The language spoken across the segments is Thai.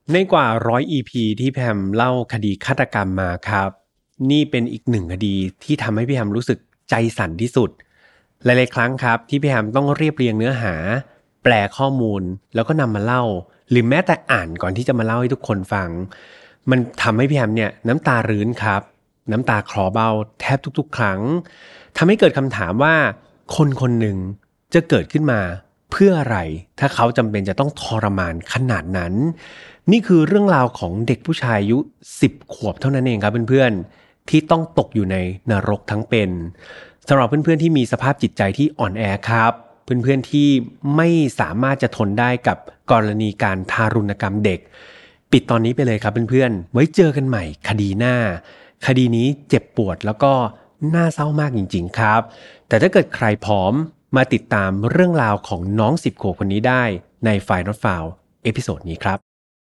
ในกว่า100 EP ที่พี่แฮมเล่าคดีฆาตกรรมมาครับนี่เป็นอีกหนึ่งคดีที่ทำให้พี่แฮมรู้สึกใจสั่นที่สุดหลายๆครั้งครับที่พี่แฮมต้องเรียบเรียงเนื้อหาแปลข้อมูลแล้วก็นำมาเล่าหรือแม้แต่อ่านก่อนที่จะมาเล่าให้ทุกคนฟังมันทำให้พี่แฮมเนี่ยน้ำตารื้นครับน้ำตาคลอเบ้าแทบทุกๆครั้งทำให้เกิดคำถามว่าคนคนหนึ่งจะเกิดขึ้นมาเพื่ออะไรถ้าเขาจำเป็นจะต้องทรมานขนาดนั้นนี่คือเรื่องราวของเด็กผู้ชายอายุ10 ขวบเท่านั้นเองครับเพื่อนๆที่ต้องตกอยู่ในนรกทั้งเป็นสำหรับเพื่อนๆที่มีสภาพจิตใจที่อ่อนแอครับเพื่อนๆที่ไม่สามารถจะทนได้กับกรณีการทารุณกรรมเด็กปิดตอนนี้ไปเลยครับเพื่อนๆไว้เจอกันใหม่คดีหน้าคดีนี้เจ็บปวดแล้วก็น่าเศร้ามากจริงๆครับแต่ถ้าเกิดใครพร้อมมาติดตามเรื่องราวของน้อง10 ขวบคนนี้ได้ใน Final File เอพิโซดนี้ครับ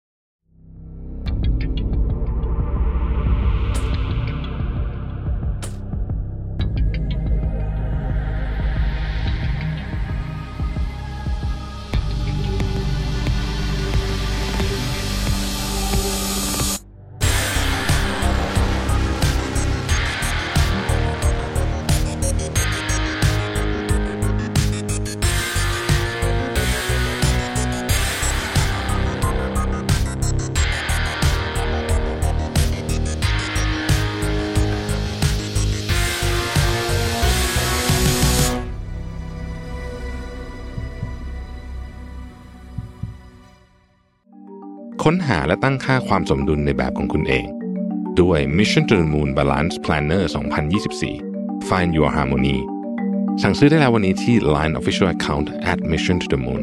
ค้นหาและตั้งค่าความสมดุลในแบบของคุณเองด้วย Mission to the Moon Balance Planner 2024 Find Your Harmony สั่งซื้อได้แล้ววันนี้ที่ Line Official Account @missiontothemoon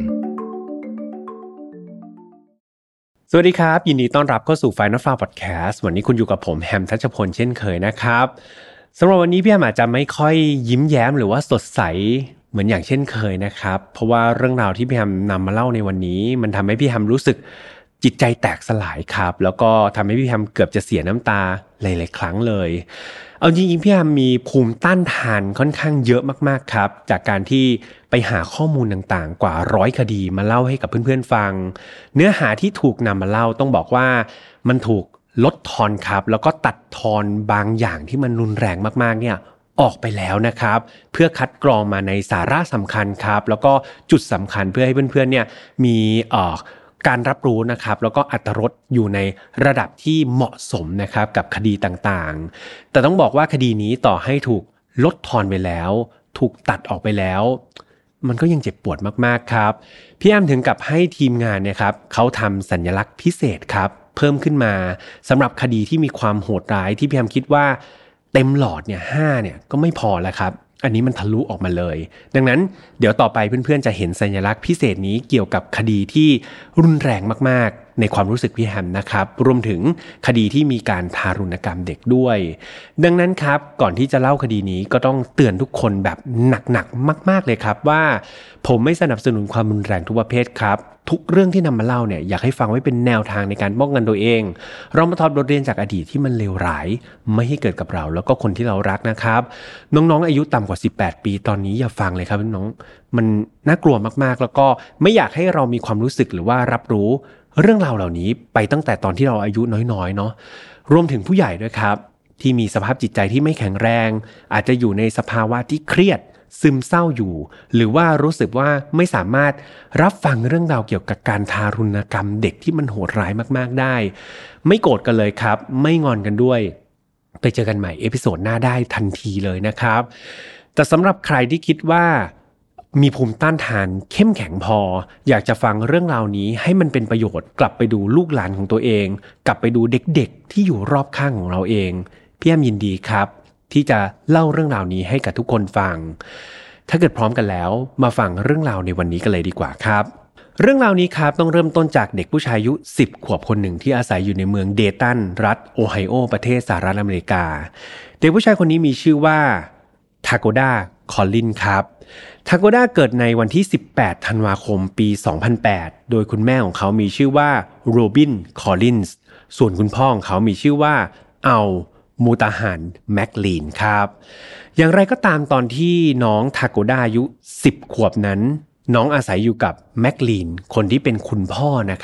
สวัสดีครับยินดีต้อนรับเข้าสู่ Final File Podcast วันนี้คุณอยู่กับผมแฮมทัชพลเช่นเคยนะครับสำหรับวันนี้พี่แฮมอาจจะไม่ค่อยยิ้มแย้มหรือว่าสดใสเหมือนอย่างเช่นเคยนะครับเพราะว่าเรื่องราวที่พี่แฮมนำมาเล่าในวันนี้มันทำให้พี่แฮมรู้สึกจิตใจแตกสลายครับแล้วก็ทำให้พี่แฮมเกือบจะเสียน้ำตาหลายๆครั้งเลยเอาจริงๆพี่แฮมมีภูมิต้านทานค่อนข้างเยอะมากๆครับจากการที่ไปหาข้อมูลต่างๆกว่า100 คดีมาเล่าให้กับเพื่อนๆฟังเนื้อหาที่ถูกนำมาเล่าต้องบอกว่ามันถูกลดทอนครับแล้วก็ตัดทอนบางอย่างที่มันรุนแรงมากๆเนี่ยออกไปแล้วนะครับเพื่อคัดกรองมาในสาระสำคัญครับแล้วก็จุดสำคัญเพื่อให้เพื่อนๆเนี่ยมีการรับรู้นะครับแล้วก็อรรถรสอยู่ในระดับที่เหมาะสมนะครับกับคดีต่างๆแต่ต้องบอกว่าคดีนี้ต่อให้ถูกลดทอนไปแล้วถูกตัดออกไปแล้วมันก็ยังเจ็บปวดมากๆครับพี่แอมถึงกับให้ทีมงานเนี่ยครับเขาทำสัญลักษณ์พิเศษครับเพิ่มขึ้นมาสำหรับคดีที่มีความโหดร้ายที่พี่แอมคิดว่าเต็มหลอดเนี่ย5เนี่ยก็ไม่พอแล้วครับอันนี้มันทะลุออกมาเลยดังนั้นเดี๋ยวต่อไปเพื่อนๆจะเห็นสัญลักษณ์พิเศษนี้เกี่ยวกับคดีที่รุนแรงมากๆในความรู้สึกพี่แฮมนะครับรวมถึงคดีที่มีการทารุณกรรมเด็กด้วยดังนั้นครับก่อนที่จะเล่าคดีนี้ก็ต้องเตือนทุกคนแบบหนักๆมากๆเลยครับว่าผมไม่สนับสนุนความรุนแรงทุกประเภทครับทุกเรื่องที่นำมาเล่าเนี่ยอยากให้ฟังไว้เป็นแนวทางในการป้องกันตัวเองเรามาถอดบทเรียนจากอดีตที่มันเลวร้ายไม่ให้เกิดกับเราแล้วก็คนที่เรารักนะครับน้องๆอายุต่ำกว่า18 ปีตอนนี้อย่าฟังเลยครับน้องมันน่ากลัวมากๆแล้วก็ไม่อยากให้เรามีความรู้สึกหรือว่ารับรู้เรื่องราวเหล่านี้ไปตั้งแต่ตอนที่เราอายุน้อยๆเนาะรวมถึงผู้ใหญ่ด้วยครับที่มีสภาพจิตใจที่ไม่แข็งแรงอาจจะอยู่ในสภาวะที่เครียดซึมเศร้าอยู่หรือว่ารู้สึกว่าไม่สามารถรับฟังเรื่องราวเกี่ยวกับการทารุณกรรมเด็กที่มันโหดร้ายมากๆได้ไม่โกรธกันเลยครับไม่งอนกันด้วยไปเจอกันใหม่เอพิโซดหน้าได้ทันทีเลยนะครับแต่สำหรับใครที่คิดว่ามีภูมิต้านทานเข้มแข็งพออยากจะฟังเรื่องราวนี้ให้มันเป็นประโยชน์กลับไปดูลูกหลานของตัวเองกลับไปดูเด็กๆที่อยู่รอบข้างของเราเองพี่แอมยินดีครับที่จะเล่าเรื่องราวนี้ให้กับทุกคนฟังถ้าเกิดพร้อมกันแล้วมาฟังเรื่องราวในวันนี้กันเลยดีกว่าครับเรื่องราวนี้ครับต้องเริ่มต้นจากเด็กผู้ชายอายุ10 ขวบคนหนึ่งที่อาศัยอยู่ในเมืองเดตันรัฐโอไฮโอประเทศสหรัฐอเมริกาเด็กผู้ชายคนนี้มีชื่อว่าทาโกดาคอลลินครับทาโกดาเกิดในวันที่18 ธันวาคมปี 2008 โดยคุณแม่ของเขามีชื่อว่าโรบินคอลลินส์ส่วนคุณพ่อของเขามีชื่อว่าอัลมูตาฮันแมคลีนครับอย่างไรก็ตามตอนที่น้องทาโกดาอายุ10 ขวบนั้นน้องอาศัยอยู่กับแมคลีนคนที่เป็นคุณพ่อนะครับ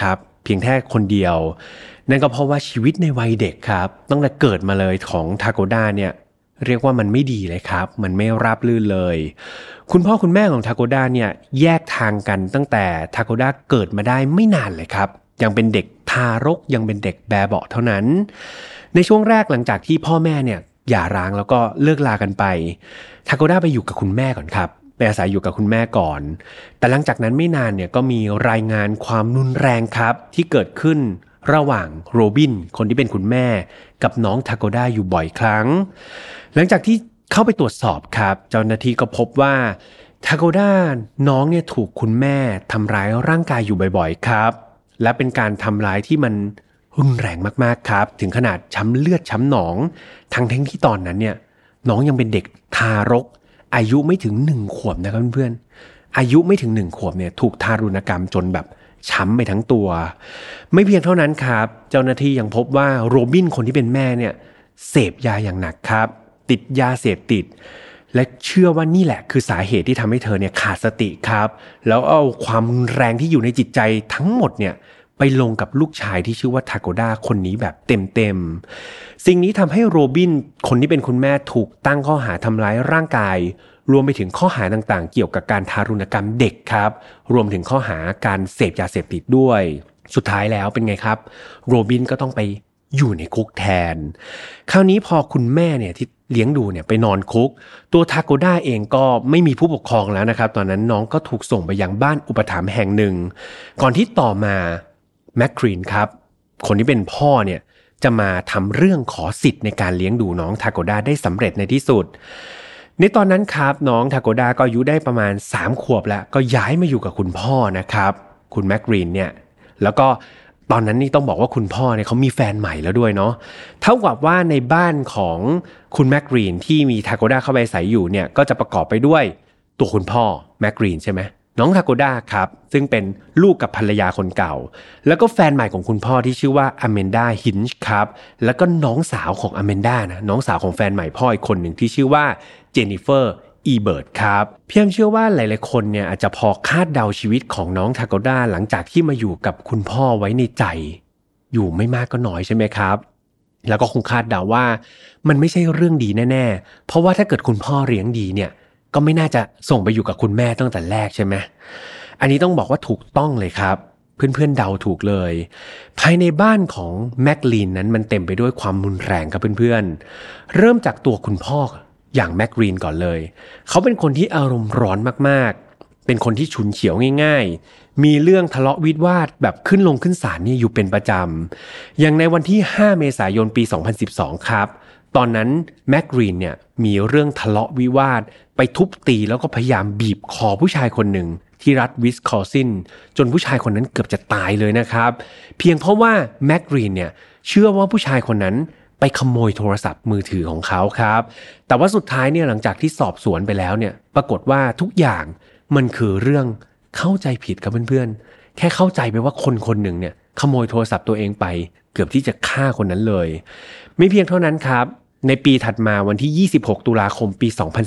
เพียงแค่คนเดียวนั่นก็เพราะว่าชีวิตในวัยเด็กครับตั้งแต่เกิดมาเลยของทาโกด้าเนี่ยเรียกว่ามันไม่ดีเลยครับมันไม่ราบรื่นเลยคุณพ่อคุณแม่ของทาโกด้าเนี่ยแยกทางกันตั้งแต่ทาโกด้าเกิดมาได้ไม่นานเลยครับยังเป็นเด็กทารกยังเป็นเด็กแบเบาะเท่านั้นในช่วงแรกหลังจากที่พ่อแม่เนี่ยหย่าร้างแล้วก็เลิกลากันไปทาโกด้าไปอยู่กับคุณแม่ก่อนครับไปอาศัยอยู่กับคุณแม่ก่อนแต่หลังจากนั้นไม่นานเนี่ยก็มีรายงานความรุนแรงครับที่เกิดขึ้นระหว่างโรบินคนที่เป็นคุณแม่กับน้องทาโกด้าอยู่บ่อยครั้งหลังจากที่เข้าไปตรวจสอบครับเจ้าหน้าที่ก็พบว่าทาโกด้าน้องเนี่ยถูกคุณแม่ทำร้ายร่างกายอยู่บ่อยๆครับและเป็นการทำร้ายที่มันรุนแรงมากๆครับถึงขนาดช้ำเลือดช้ำหนองทั้งที่ตอนนั้นเนี่ยน้องยังเป็นเด็กทารกอายุไม่ถึง1 ขวบนะครับเพื่อนๆอายุไม่ถึง1 ขวบเนี่ยถูกทารุณกรรมจนแบบช้ำไปทั้งตัวไม่เพียงเท่านั้นครับเจ้าหน้าที่ยังพบว่าโรบินคนที่เป็นแม่เนี่ยเสพยาอย่างหนักครับติดยาเสพติดและเชื่อว่านี่แหละคือสาเหตุที่ทำให้เธอเนี่ยขาดสติครับแล้วเอาความแรงที่อยู่ในจิตใจทั้งหมดเนี่ยไปลงกับลูกชายที่ชื่อว่าทาโกด้าคนนี้แบบเต็มๆสิ่งนี้ทำให้โรบินคนที่เป็นคุณแม่ถูกตั้งข้อหาทำร้ายร่างกายรวมไปถึงข้อหาต่างๆเกี่ยวกับการทารุณกรรมเด็กครับรวมถึงข้อหาการเสพยาเสพติดด้วยสุดท้ายแล้วเป็นไงครับโรบินก็ต้องไปอยู่ในคุกแทนคราวนี้พอคุณแม่เนี่ยที่เลี้ยงดูเนี่ยไปนอนคุกตัวทาโกด้าเองก็ไม่มีผู้ปกครองแล้วนะครับตอนนั้นน้องก็ถูกส่งไปยังบ้านอุปถัมภ์แห่งหนึ่งก่อนที่ต่อมาแมคครีนครับคนที่เป็นพ่อเนี่ยจะมาทำเรื่องขอสิทธิ์ในการเลี้ยงดูน้องทาโกด้าได้สำเร็จในที่สุดในตอนนั้นครับน้องทาโกด้าก็อายุได้ประมาณ3 ขวบแล้วก็ย้ายมาอยู่กับคุณพ่อนะครับคุณแมคครีนเนี่ยแล้วก็ตอนนั้นนี่ต้องบอกว่าคุณพ่อเนี่ยเขามีแฟนใหม่แล้วด้วยเนาะเท่ากับว่าในบ้านของคุณแมคกรีนที่มีทาโกด้าเข้าไปอาศัยอยู่เนี่ยก็จะประกอบไปด้วยตัวคุณพ่อแมคกรีนใช่ไหมน้องทาโกด้าครับซึ่งเป็นลูกกับภรรยาคนเก่าแล้วก็แฟนใหม่ของคุณพ่อที่ชื่อว่าอเมนดาฮินช์ครับแล้วก็น้องสาวของอเมนดานะน้องสาวของแฟนใหม่พ่ออีกคนหนึ่งที่ชื่อว่าเจนนิเฟอร์อีเบิร์ตครับพี่แอมเชื่อว่าหลายๆคนเนี่ยอาจจะพอคาดเดาชีวิตของน้องทาโกด้าหลังจากที่มาอยู่กับคุณพ่อไว้ในใจอยู่ไม่มากก็น้อยใช่ไหมครับแล้วก็คงคาดเดาว่ามันไม่ใช่เรื่องดีแน่ๆเพราะว่าถ้าเกิดคุณพ่อเลี้ยงดีเนี่ยก็ไม่น่าจะส่งไปอยู่กับคุณแม่ตั้งแต่แรกใช่ไหมอันนี้ต้องบอกว่าถูกต้องเลยครับเพื่อนๆเดาถูกเลยภายในบ้านของแมคลีนนั้นมันเต็มไปด้วยความรุนแรงครับเพื่อนๆเริ่มจากตัวคุณพ่ออย่างแมคกรีนก่อนเลยเขาเป็นคนที่อารมณ์ร้อนมากๆเป็นคนที่ฉุนเฉียวง่ายๆมีเรื่องทะเลาะวิวาทแบบขึ้นลงขึ้นศาลนี่อยู่เป็นประจำอย่างในวันที่5 เมษายนปี 2012ครับตอนนั้นแมคกรีนเนี่ยมีเรื่องทะเลาะวิวาทไปทุบตีแล้วก็พยายามบีบคอผู้ชายคนหนึ่งที่รัฐวิสคอนซินจนผู้ชายคนนั้นเกือบจะตายเลยนะครับเพียงเพราะว่าแมคกรีนเนี่ยเชื่อว่าผู้ชายคนนั้นไปขโมยโทรศัพท์มือถือของเขาครับแต่ว่าสุดท้ายเนี่ยหลังจากที่สอบสวนไปแล้วเนี่ยปรากฏว่าทุกอย่างมันคือเรื่องเข้าใจผิดครับเพื่อนๆแค่เข้าใจไปว่าคนๆหนึ่งเนี่ยขโมยโทรศัพท์ตัวเองไปเกือบที่จะฆ่าคนนั้นเลยไม่เพียงเท่านั้นครับในปีถัดมาวันที่26 ตุลาคมปี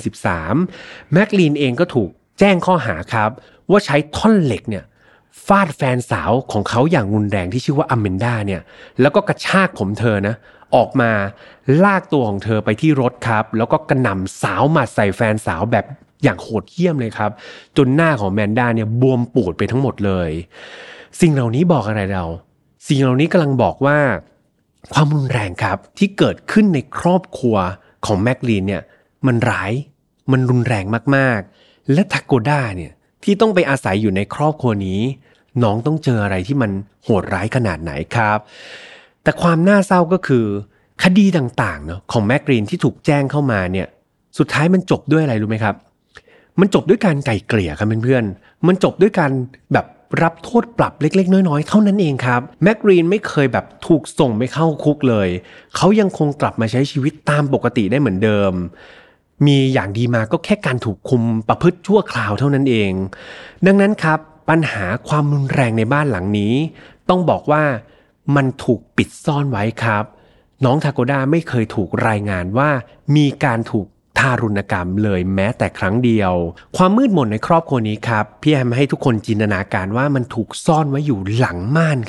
2013แมคลีนเองก็ถูกแจ้งข้อหาครับว่าใช้ท่อนเหล็กเนี่ยฟาดแฟนสาวของเขาอย่างรุนแรงที่ชื่อว่าอเมนดาเนี่ยแล้วก็กระชากผมเธอนะออกมาลากตัวของเธอไปที่รถครับแล้วก็กระหน่ำสาวหมัดใส่แฟนสาวแบบอย่างโหดเหี้ยมเลยครับจนหน้าของแมนด้าเนี่ยบวมปูดไปทั้งหมดเลยสิ่งเหล่านี้บอกอะไรเราสิ่งเหล่านี้กำลังบอกว่าความรุนแรงครับที่เกิดขึ้นในครอบครัวของแมคลีนเนี่ยมันร้ายมันรุนแรงมากๆและทาโกด้าเนี่ยที่ต้องไปอาศัยอยู่ในครอบครัวนี้น้องต้องเจออะไรที่มันโหดร้ายขนาดไหนครับแต่ความน่าเศร้าก็คือคดีต่างๆเนาะของแมคกรีนที่ถูกแจ้งเข้ามาเนี่ยสุดท้ายมันจบด้วยอะไรรู้ไหมครับมันจบด้วยการไกล่เกลี่ยครับเพื่อนๆมันจบด้วยการแบบรับโทษปรับเล็กๆน้อยๆเท่านั้นเองครับแมคกรีนไม่เคยแบบถูกส่งไปเข้าคุกเลยเขายังคงกลับมาใช้ชีวิตตามปกติได้เหมือนเดิมมีอย่างดีมาก็แค่การถูกคุมประพฤติชั่วคราวเท่านั้นเองดังนั้นครับปัญหาความรุนแรงในบ้านหลังนี้ต้องบอกว่ามันถูกปิดซ่อนไว้ครับน้องทาโกด้าไม่เคยถูกรายงานว่ามีการถูกทารุณกรรมเลยแม้แต่ครั้งเดียวความมืดมนในครอบครัวนี้ครับพี่แอมให้ทุกคนจินตนาการว่ามันถูกซ่อนไว้อยู่หลังม่านครับ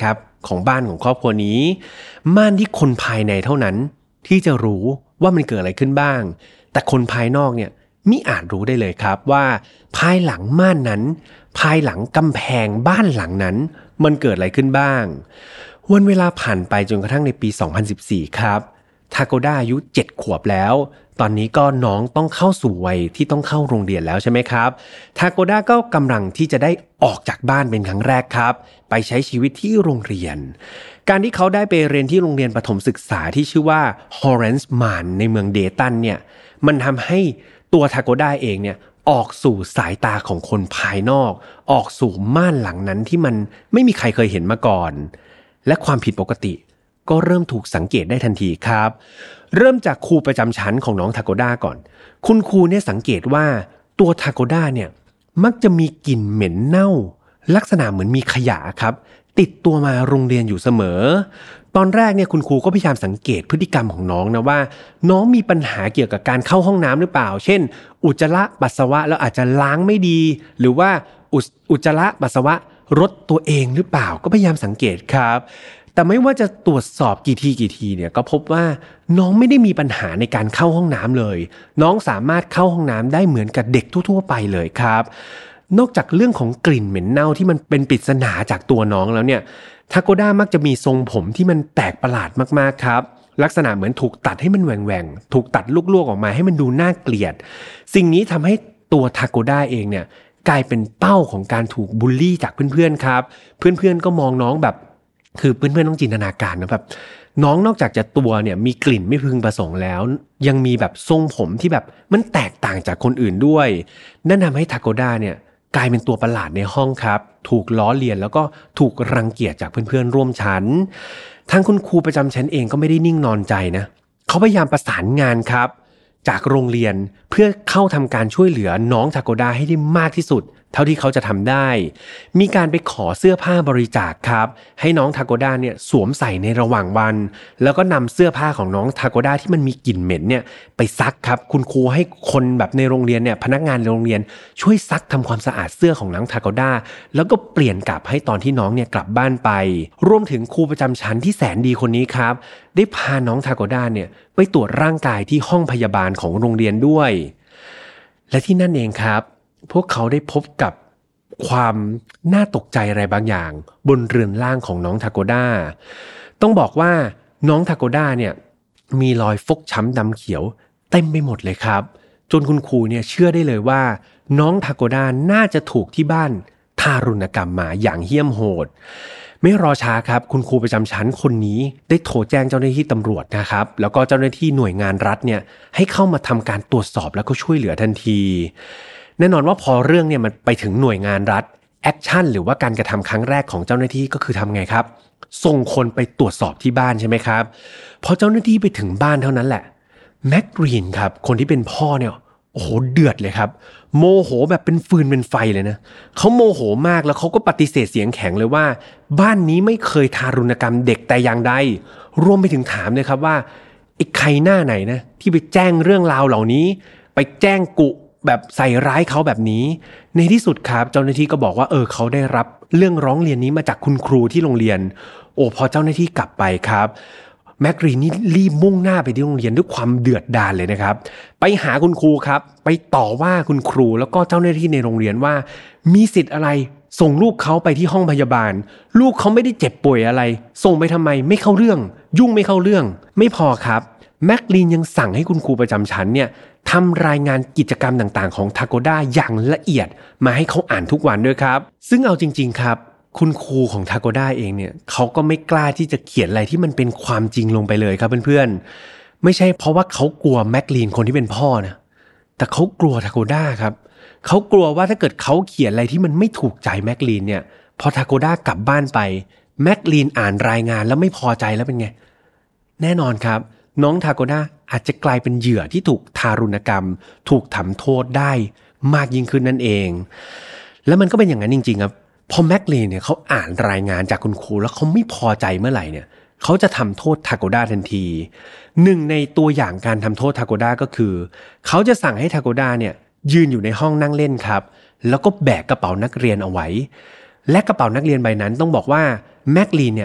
ของบ้านของครอบครัวนี้ม่านที่คนภายในเท่านั้นที่จะรู้ว่ามันเกิดอะไรขึ้นบ้างแต่คนภายนอกเนี่ยมิอาจรู้ได้เลยครับว่าภายหลังม่านนั้นภายหลังกำแพงบ้านหลังนั้นมันเกิดอะไรขึ้นบ้างวันเวลาผ่านไปจนกระทั่งในปี 2014 ครับทาโกด้าอายุ 7 ขวบแล้วตอนนี้ก็น้องต้องเข้าสู่วัยที่ต้องเข้าโรงเรียนแล้วใช่ไหมครับทาโกด้าก็กำลังที่จะได้ออกจากบ้านเป็นครั้งแรกครับไปใช้ชีวิตที่โรงเรียนการที่เขาได้ไปเรียนที่โรงเรียนประถมศึกษาที่ชื่อว่า Horace Mann ในเมืองเดตันเนี่ยมันทำให้ตัวทาโกด้าเองเนี่ยออกสู่สายตาของคนภายนอกออกสู่ม่านหลังนั้นที่มันไม่มีใครเคยเห็นมาก่อนและความผิดปกติก็เริ่มถูกสังเกตได้ทันทีครับเริ่มจากครูประจำชั้นของน้องทาโกด้าก่อนคุณครูเนี่ยสังเกตว่าตัวทาโกด้าเนี่ยมักจะมีกลิ่นเหม็นเน่าลักษณะเหมือนมีขยะครับติดตัวมาโรงเรียนอยู่เสมอตอนแรกเนี่ยคุณครูก็พยายามสังเกตพฤติกรรมของน้องนะว่าน้องมีปัญหาเกี่ยวกับการเข้าห้องน้ำหรือเปล่าเช่นอุจจาระปัสสาวะแล้วอาจจะล้างไม่ดีหรือว่าอุจจาระปัสสาวะรดตัวเองหรือเปล่าก็พยายามสังเกตครับแต่ไม่ว่าจะตรวจสอบกี่ทีเนี่ยก็พบว่าน้องไม่ได้มีปัญหาในการเข้าห้องน้ำเลยน้องสามารถเข้าห้องน้ำได้เหมือนกับเด็กทั่วๆไปเลยครับนอกจากเรื่องของกลิ่นเหม็นเน่าที่มันเป็นปริศนาจากตัวน้องแล้วเนี่ยทาโกด้ามักจะมีทรงผมที่มันแปลกประหลาดมากๆครับลักษณะเหมือนถูกตัดให้มันแหว่งๆถูกตัดลวกๆออกมาให้มันดูน่าเกลียดสิ่งนี้ทำให้ตัวทาโกด้าเองเนี่ยกลายเป็นเป้าของการถูกบูลลี่จากเพื่อนๆครับเพื่อนๆก็มองน้องแบบคือเพื่อนๆต้องจินตนาการนะแบบน้องนอกจากจะตัวเนี่ยมีกลิ่นไม่พึงประสงค์แล้วยังมีแบบทรงผมที่แบบมันแตกต่างจากคนอื่นด้วยนั่นทำให้ทาโกด้าเนี่ยกลายเป็นตัวประหลาดในห้องครับถูกล้อเลียนแล้วก็ถูกรังเกียจจากเพื่อนๆร่วมชั้นทางคุณครูประจำชั้นเองก็ไม่ได้นิ่งนอนใจนะเขาพยายามประสานงานครับจากโรงเรียนเพื่อเข้าทำการช่วยเหลือน้องทาโกด้าให้ได้มากที่สุดเท่าที่เขาจะทำได้มีการไปขอเสื้อผ้าบริจาคครับให้น้องทาโกด้าเนี่ยสวมใส่ในระหว่างวันแล้วก็นำเสื้อผ้าของน้องทาโกด้าที่มันมีกลิ่นเหม็นเนี่ยไปซักครับคุณครูให้คนแบบในโรงเรียนเนี่ยพนักงานในโรงเรียนช่วยซักทำความสะอาดเสื้อของน้องทาโกด้าแล้วก็เปลี่ยนกลับให้ตอนที่น้องเนี่ยกลับบ้านไปรวมถึงครูประจำชั้นที่แสนดีคนนี้ครับได้พาน้องทาโกด้าเนี่ยไปตรวจร่างกายที่ห้องพยาบาลของโรงเรียนด้วยและที่นั่นเองครับพวกเขาได้พบกับความน่าตกใจอะไรบางอย่างบนเรือนร่างของน้องทาโกด้าต้องบอกว่าน้องทาโกด้าเนี่ยมีรอยฟกช้ำดำเขียวเต็มไปหมดเลยครับจนคุณครูเนี่ยเชื่อได้เลยว่าน้องทาโกด้าน่าจะถูกที่บ้านทารุณกรรมมาอย่างเหี้ยมโหดไม่รอช้าครับคุณครูประจำชั้นคนนี้ได้โทรแจ้งเจ้าหน้าที่ตำรวจนะครับแล้วก็เจ้าหน้าที่หน่วยงานรัฐเนี่ยให้เข้ามาทำการตรวจสอบแล้วก็ช่วยเหลือทันทีแน่นอนว่าพอเรื่องเนี่ยมันไปถึงหน่วยงานรัฐแอคชั่นหรือว่าการกระทำครั้งแรกของเจ้าหน้าที่ก็คือทำไงครับส่งคนไปตรวจสอบที่บ้านใช่ไหมครับพอเจ้าหน้าที่ไปถึงบ้านเท่านั้นแหละแม็กกรีนครับคนที่เป็นพ่อเนี่ยโอ้โหเดือดเลยครับโมโหแบบเป็นฟืนเป็นไฟเลยนะเขาโมโหมากแล้วเขาก็ปฏิเสธเสียงแข็งเลยว่าบ้านนี้ไม่เคยทารุณกรรมเด็กแต่อย่างใดรวมไปถึงถามเลยครับว่าไอ้ใครหน้าไหนนะที่ไปแจ้งเรื่องราวเหล่านี้ไปแจ้งกุแบบใส่ร้ายเขาแบบนี้ในที่สุดครับเจ้าหน้าที่ก็บอกว่าเขาได้รับเรื่องร้องเรียนนี้มาจากคุณครูที่โรงเรียนพอเจ้าหน้าที่กลับไปครับแม็กกรีนนี่รีบมุ่งหน้าไปที่โรงเรียนด้วยความเดือดดาลเลยนะครับไปหาคุณครูครับไปต่อว่าคุณครูแล้วก็เจ้าหน้าที่ในโรงเรียนว่ามีสิทธิ์อะไรส่งลูกเขาไปที่ห้องพยาบาลลูกเขาไม่ได้เจ็บป่วยอะไรส่งไปทำไมไม่เข้าเรื่องยุ่งไม่เข้าเรื่องไม่พอครับแม็กกรีนยังสั่งให้คุณครูประจำชั้นเนี่ยทำรายงานกิจกรรมต่างๆของทาโกด้าอย่างละเอียดมาให้เขาอ่านทุกวันด้วยครับซึ่งเอาจริงๆครับคุณครูของทาโกด้าเองเนี่ยเขาก็ไม่กล้าที่จะเขียนอะไรที่มันเป็นความจริงลงไปเลยครับเพื่อนๆไม่ใช่เพราะว่าเขากลัวแม็กลีนคนที่เป็นพ่อนะแต่เขากลัวทาโกด้าครับเขากลัวว่าถ้าเกิดเขาเขียนอะไรที่มันไม่ถูกใจแม็กลีนเนี่ยพอทาโกด้ากลับบ้านไปแม็กลีนอ่านรายงานแล้วไม่พอใจแล้วเป็นไงแน่นอนครับน้องทาโกด้าอาจจะกลายเป็นเหยื่อที่ถูกทารุณกรรมถูกทำโทษได้มากยิ่งขึ้นนั่นเองแล้วมันก็เป็นอย่างนั้นจริงๆครับพอแม็กลีนเนี่ยเขาอ่านรายงานจากคุณครูแล้วเขาไม่พอใจเมื่อไหร่เนี่ยเขาจะทำโทษทาโกด้าทันทีหนึ่งในตัวอย่างการทำโทษทาโกด้าก็คือเขาจะสั่งให้ทาโกด้าเนี่ยยืนอยู่ในห้องนั่งเล่นครับแล้วก็แบกกระเป๋านักเรียนเอาไว้และกระเป๋านักเรียนใบนั้นต้องบอกว่าแม็กลีนเนี่ย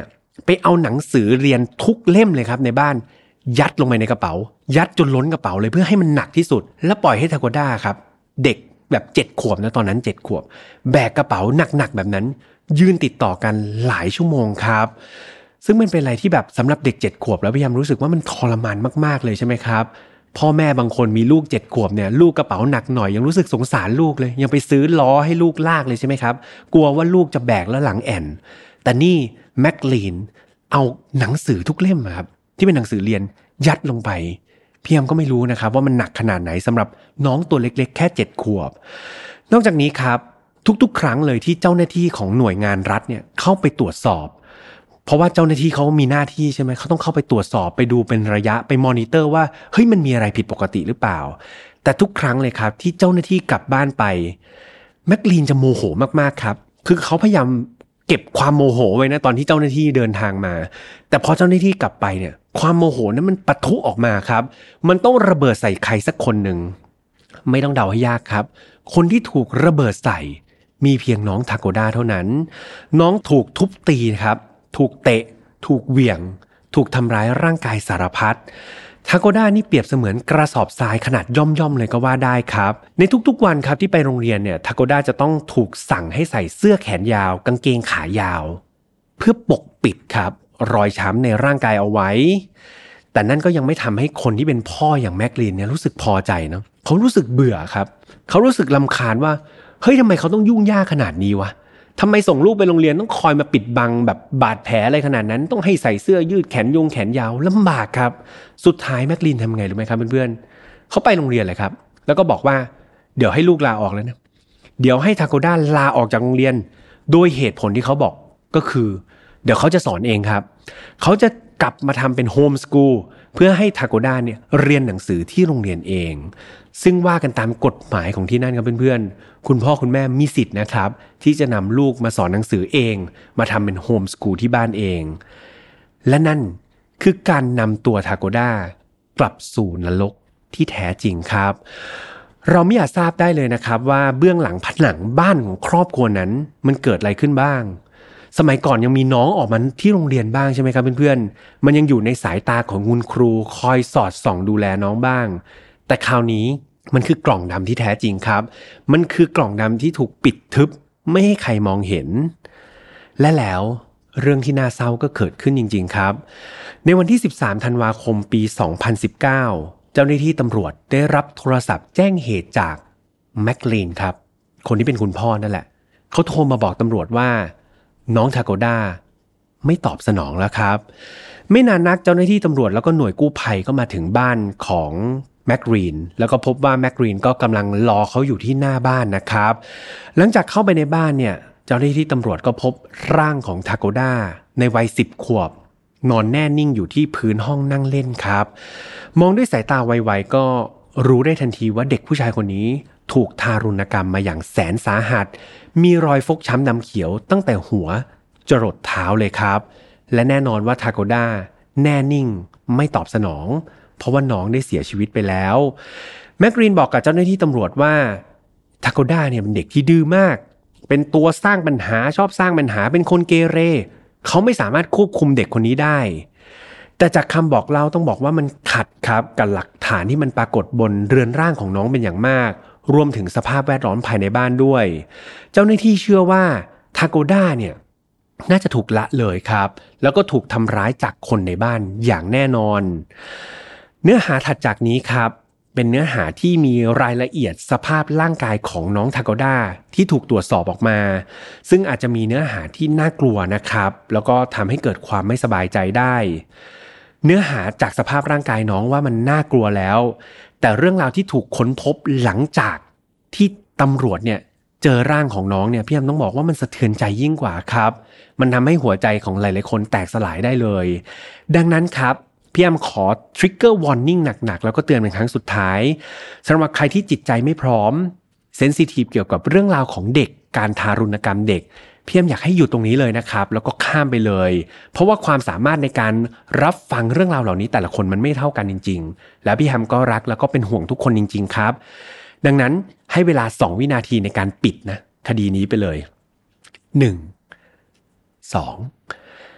ไปเอาหนังสือเรียนทุกเล่มเลยครับในบ้านยัดลงไปในกระเป๋ายัดจนล้นกระเป๋าเลยเพื่อให้มันหนักที่สุดแล้วปล่อยให้ทาโกด้าครับเด็กแบบ7 ขวบนะตอนนั้น7 ขวบแบกกระเป๋าหนักๆแบบนั้นยืนติดต่อกันหลายชั่วโมงครับซึ่งมันเป็นอะไรที่แบบสำหรับเด็ก7 ขวบแล้วพยายามรู้สึกว่ามันทรมานมากๆเลยใช่ไหมครับพ่อแม่บางคนมีลูก7 ขวบเนี่ยลูกกระเป๋าหนักหน่อยยังรู้สึกสงสารลูกเลยยังไปซื้อล้อให้ลูกลากเลยใช่ไหมครับกลัวว่าลูกจะแบกแล้วหลังแอนแต่นี่แมคลีนเอาหนังสือทุกเล่มครับที่เป็นหนังสือเรียนยัดลงไปพี่แอมก็ไม่รู้นะครับว่ามันหนักขนาดไหนสำหรับน้องตัวเล็กๆแค่7 ขวบนอกจากนี้ครับทุกๆครั้งเลยที่เจ้าหน้าที่ของหน่วยงานรัฐเนี่ยเข้าไปตรวจสอบเพราะว่าเจ้าหน้าที่เขามีหน้าที่ใช่ไหมเขาต้องเข้าไปตรวจสอบไปดูเป็นระยะไปมอนิเตอร์ว่าเฮ้ยมันมีอะไรผิดปกติหรือเปล่าแต่ทุกครั้งเลยครับที่เจ้าหน้าที่กลับบ้านไปแมคลีนจะโมโหมากๆครับคือเขาพยายามเก็บความโมโหไว้นะตอนที่เจ้าหน้าที่เดินทางมาแต่พอเจ้าหน้าที่กลับไปเนี่ยความโมโหนั้นมันปะทุออกมาครับมันต้องระเบิดใส่ใครสักคนหนึ่งไม่ต้องเดาให้ยากครับคนที่ถูกระเบิดใส่มีเพียงน้องทาโกด้าเท่านั้นน้องถูกทุบตีครับถูกเตะถูกเหวี่ยงถูกทำร้ายร่างกายสารพัดทาโกด้านี่เปรียบเสมือนกระสอบทรายขนาดย่อมๆเลยก็ว่าได้ครับในทุกๆวันครับที่ไปโรงเรียนเนี่ยทาโกด้าจะต้องถูกสั่งให้ใส่เสื้อแขนยาวกางเกงขายาวเพื่อปกปิดครับรอยช้ำในร่างกายเอาไว้แต่นั่นก็ยังไม่ทำให้คนที่เป็นพ่ออย่างแมคลีนเนี่ยรู้สึกพอใจเนาะเขารู้สึกเบื่อครับเขารู้สึกรำคาญว่าเฮ้ยทำไมเขาต้องยุ่งยากขนาดนี้วะทำไมส่งลูกไปโรงเรียนต้องคอยมาปิดบังแบบบาดแผลอะไรขนาดนั้นต้องให้ใส่เสื้อยืดแขนยาวลำบากครับสุดท้ายแมคลีนทำไงรู้ไหมครับเพื่อนๆเขาไปโรงเรียนเลยครับแล้วก็บอกว่าเดี๋ยวให้ลูกลาออกแล้วนะเดี๋ยวให้ทาโกด้าลาออกจากโรงเรียนโดยเหตุผลที่เขาบอกก็คือเดี๋ยวเขาจะสอนเองครับเขาจะกลับมาทำเป็นโฮมสกูลเพื่อให้ทาโกด้าเนี่ยเรียนหนังสือที่โรงเรียนเองซึ่งว่ากันตามกฎหมายของที่นั่นครับเพื่อนๆคุณพ่อคุณแม่มีสิทธิ์นะครับที่จะนำลูกมาสอนหนังสือเองมาทำเป็นโฮมสกูลที่บ้านเองและนั่นคือการนำตัวทาโกด้ากลับสู่นรกที่แท้จริงครับเราไม่อาจทราบได้เลยนะครับว่าเบื้องหลังผนังบ้านของครอบครัวนั้นมันเกิดอะไรขึ้นบ้างสมัยก่อนยังมีน้องออกมาที่โรงเรียนบ้างใช่ไหมครับเพื่อนๆมันยังอยู่ในสายตาของคุณครูคอยสอดส่องดูแลน้องบ้างแต่คราวนี้มันคือกล่องดำที่แท้จริงครับมันคือกล่องดำที่ถูกปิดทึบไม่ให้ใครมองเห็นและแล้วเรื่องที่น่าเศร้าก็เกิดขึ้นจริงๆครับในวันที่13ธันวาคมปี2019เจ้าหน้าที่ตำรวจได้รับโทรศัพท์แจ้งเหตุจากแมคลีนครับคนที่เป็นคุณพ่อนั่นแหละเขาโทรมาบอกตำรวจว่าน้องทาโกด้าไม่ตอบสนองแล้วครับไม่นานนักเจ้าหน้าที่ตำรวจแล้วก็หน่วยกู้ภัยก็มาถึงบ้านของแมคลีนแล้วก็พบว่าแมคลีนก็กำลังรอเขาอยู่ที่หน้าบ้านนะครับหลังจากเข้าไปในบ้านเนี่ยเจ้าหน้าที่ตำรวจก็พบร่างของทาโกด้าในวัย10 ขวบนอนแน่นิ่งอยู่ที่พื้นห้องนั่งเล่นครับมองด้วยสายตาไวๆก็รู้ได้ทันทีว่าเด็กผู้ชายคนนี้ถูกทารุณกรรมมาอย่างแสนสาหัสมีรอยฟกช้ำดำเขียวตั้งแต่หัวจรดเท้าเลยครับและแน่นอนว่าทาโกด้าแน่นิ่งไม่ตอบสนองเพราะว่าน้องได้เสียชีวิตไปแล้วแมคลีนบอกกับเจ้าหน้าที่ตำรวจว่าทาโกด้าเนี่ยเป็นเด็กที่ดื้อมากเป็นตัวสร้างปัญหาชอบสร้างปัญหาเป็นคนเกเรเขาไม่สามารถควบคุมเด็กคนนี้ได้แต่จากคำบอกเล่าต้องบอกว่ามันขัดครับกับหลักฐานที่มันปรากฏบนเรือนร่างของน้องเป็นอย่างมากรวมถึงสภาพแวดล้อมภายในบ้านด้วยเจ้าหน้าที่เชื่อว่าทาโกด้าเนี่ยน่าจะถูกละเลยครับแล้วก็ถูกทำร้ายจากคนในบ้านอย่างแน่นอนเนื้อหาถัดจากนี้ครับเป็นเนื้อหาที่มีรายละเอียดสภาพร่างกายของน้องทาโกด้าที่ถูกตรวจสอบออกมาซึ่งอาจจะมีเนื้อหาที่น่ากลัวนะครับแล้วก็ทำให้เกิดความไม่สบายใจได้เนื้อหาจากสภาพร่างกายน้องว่ามันน่ากลัวแล้วแต่เรื่องราวที่ถูกค้นพบหลังจากที่ตำรวจเนี่ยเจอร่างของน้องเนี่ยพี่แอมต้องบอกว่ามันสะเทือนใจยิ่งกว่าครับมันทำให้หัวใจของหลายๆคนแตกสลายได้เลยดังนั้นครับพี่แอมขอ trigger warning หนักๆแล้วก็เตือนเป็นครั้งสุดท้ายสำหรับใครที่จิตใจไม่พร้อมเซนซิทีฟเกี่ยวกับเรื่องราวของเด็กการทารุณกรรมเด็กพี่แอมอยากให้อยู่ตรงนี้เลยนะครับแล้วก็ข้ามไปเลยเพราะว่าความสามารถในการรับฟังเรื่องราวเหล่านี้แต่ละคนมันไม่เท่ากันจริงๆแล้วพี่แอมก็รักแล้วก็เป็นห่วงทุกคนจริงๆครับดังนั้นให้เวลา2 วินาทีในการปิดนะคดีนี้ไปเลย1 2